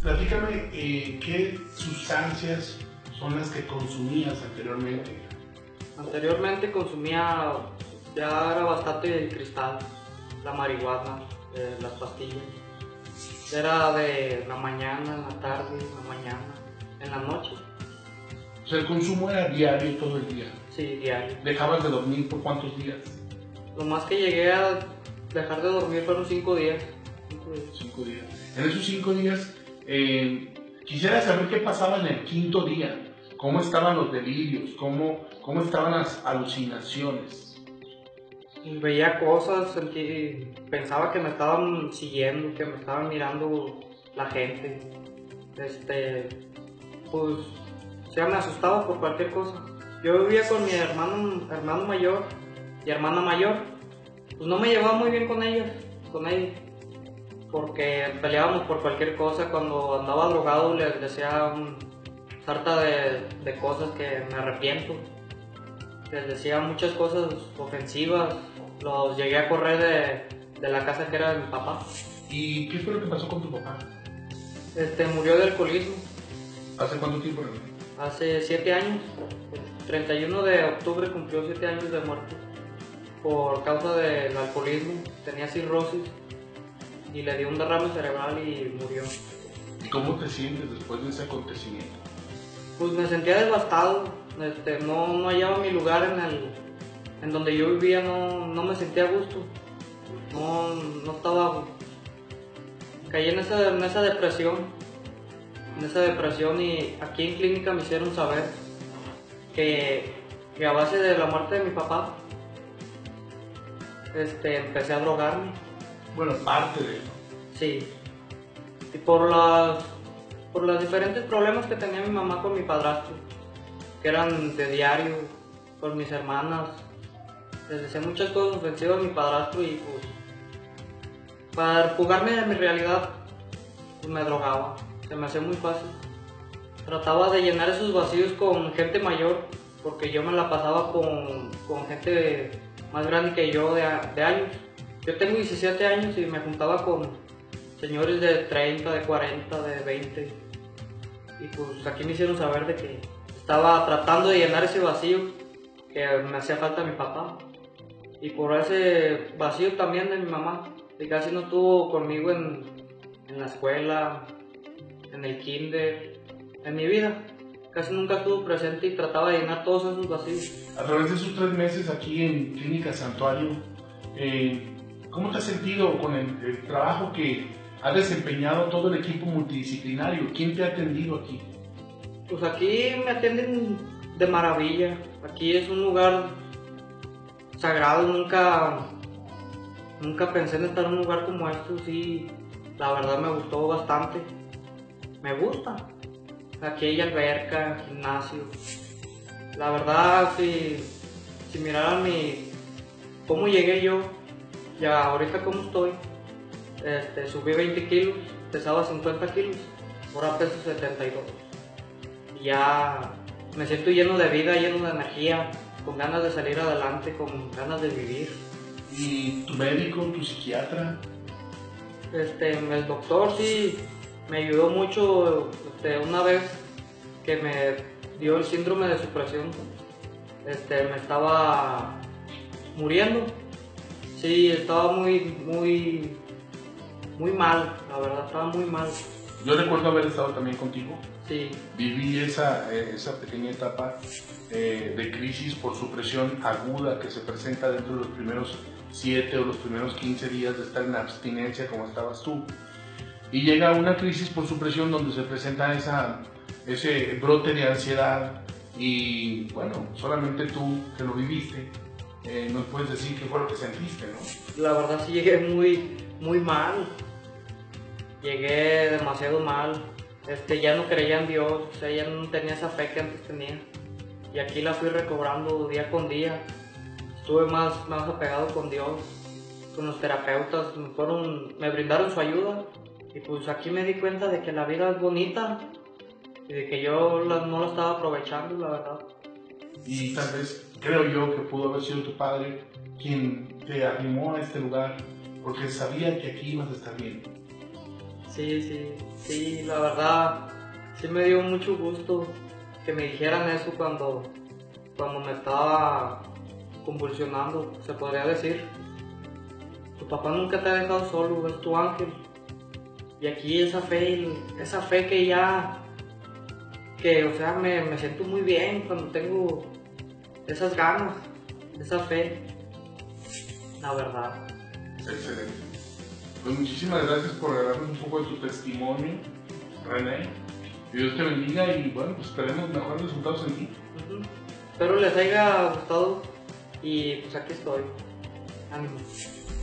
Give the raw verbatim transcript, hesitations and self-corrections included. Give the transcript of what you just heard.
Platícame, eh, ¿qué sustancias son las que consumías anteriormente? Anteriormente consumía, ya era bastante el cristal, la marihuana, eh, las pastillas. Era de la mañana, en la tarde, en la mañana, en la noche. O sea, el consumo era diario todo el día. Sí, diario. ¿Dejabas de dormir por cuántos días? Lo más que llegué a dejar de dormir fueron cinco días. Cinco días. Cinco días. En esos cinco días, eh, quisiera saber qué pasaba en el quinto día. ¿Cómo estaban los delirios? ¿Cómo, cómo estaban las alucinaciones? Veía cosas, sentí, pensaba que me estaban siguiendo, que me estaban mirando la gente. Este, pues, o sea, me asustaba por cualquier cosa. Yo vivía con mi hermano, hermano mayor y hermana mayor. Pues no me llevaba muy bien con ellas, con ellos, porque peleábamos por cualquier cosa. Cuando andaba drogado les decía un sarta de, de cosas que me arrepiento. Les decía muchas cosas ofensivas. Los llegué a correr de, de la casa que era de mi papá. ¿Y qué fue lo que pasó con tu papá? Este, murió de alcoholismo. ¿Hace cuánto tiempo? Hace siete años. El treinta y uno de octubre cumplió siete años de muerte por causa del alcoholismo. Tenía cirrosis y le dio un derrame cerebral y murió. ¿Y cómo te sientes después de ese acontecimiento? Pues me sentía devastado. Este, no, no hallaba mi lugar en, el, en donde yo vivía, no, no me sentía a gusto. No, no estaba... Caí en esa, en esa depresión, en esa depresión y aquí en clínica me hicieron saber que, que a base de la muerte de mi papá, este, empecé a drogarme. Bueno, parte de eso. Sí, y por las, por los diferentes problemas que tenía mi mamá con mi padrastro, que eran de diario, con mis hermanas. Les decía muchas cosas ofensivas a mi padrastro y pues para jugarme de mi realidad pues me drogaba, se me hacía muy fácil. Trataba de llenar esos vacíos con gente mayor, porque yo me la pasaba con, con gente más grande que yo de, de años. Yo tengo diecisiete años y me juntaba con señores de treinta, de cuarenta, de veinte. Y pues aquí me hicieron saber de que estaba tratando de llenar ese vacío que me hacía falta mi papá. Y por ese vacío también de mi mamá, que casi no estuvo conmigo en, en la escuela, en el kinder, en mi vida. Casi nunca estuvo presente y trataba de llenar todos esos vacíos. A través de esos tres meses aquí en Clínica Santuario, eh, ¿cómo te has sentido con el, el trabajo que ha desempeñado todo el equipo multidisciplinario? ¿Quién te ha atendido aquí? Pues aquí me atienden de maravilla. Aquí es un lugar sagrado. Nunca, nunca pensé en estar en un lugar como este. Sí, la verdad me gustó bastante. Me gusta. Aquí hay alberca, gimnasio. La verdad, si, si miraran mi, cómo llegué yo, ya ahorita cómo estoy, este, subí veinte kilos, pesaba cincuenta kilos, ahora peso setenta y dos. Y ya me siento lleno de vida, lleno de energía, con ganas de salir adelante, con ganas de vivir. ¿Y tu médico, tu psiquiatra? Este, el doctor sí me ayudó mucho. Este, una vez que me dio el síndrome de supresión, este, me estaba muriendo. Sí, estaba muy, muy, muy mal, la verdad, estaba muy mal. Yo recuerdo haber estado también contigo. Sí. Viví esa, eh, esa pequeña etapa eh, de crisis por supresión aguda que se presenta dentro de los primeros siete o los primeros quince días de estar en abstinencia como estabas tú. Y llega una crisis por supresión donde se presenta esa, ese brote de ansiedad y bueno, solamente tú que lo viviste eh, nos puedes decir qué fue lo que sentiste, ¿no? La verdad sí llegué muy, muy mal. Llegué demasiado mal. Este, ya no creía en Dios, o sea, ya no tenía esa fe que antes tenía. Y aquí la fui recobrando día con día. Estuve más, más apegado con Dios, con los terapeutas, me, fueron, me brindaron su ayuda. Y pues aquí me di cuenta de que la vida es bonita y de que yo la, no la estaba aprovechando, la verdad. Y tal vez creo yo que pudo haber sido tu padre quien te animó a este lugar porque sabía que aquí ibas a estar bien. Sí, sí, sí, la verdad, sí me dio mucho gusto que me dijeran eso cuando, cuando me estaba convulsionando, se podría decir. Tu papá nunca te ha dejado solo, es tu ángel. Y aquí esa fe, esa fe que ya, que o sea, me, me siento muy bien cuando tengo esas ganas, esa fe, la verdad. Excelente. Pues muchísimas gracias por regalarnos un poco de tu testimonio, René. Que Dios te bendiga y bueno, pues esperemos mejores resultados en ti. Uh-huh. Espero les haya gustado y pues aquí estoy. Ánimo.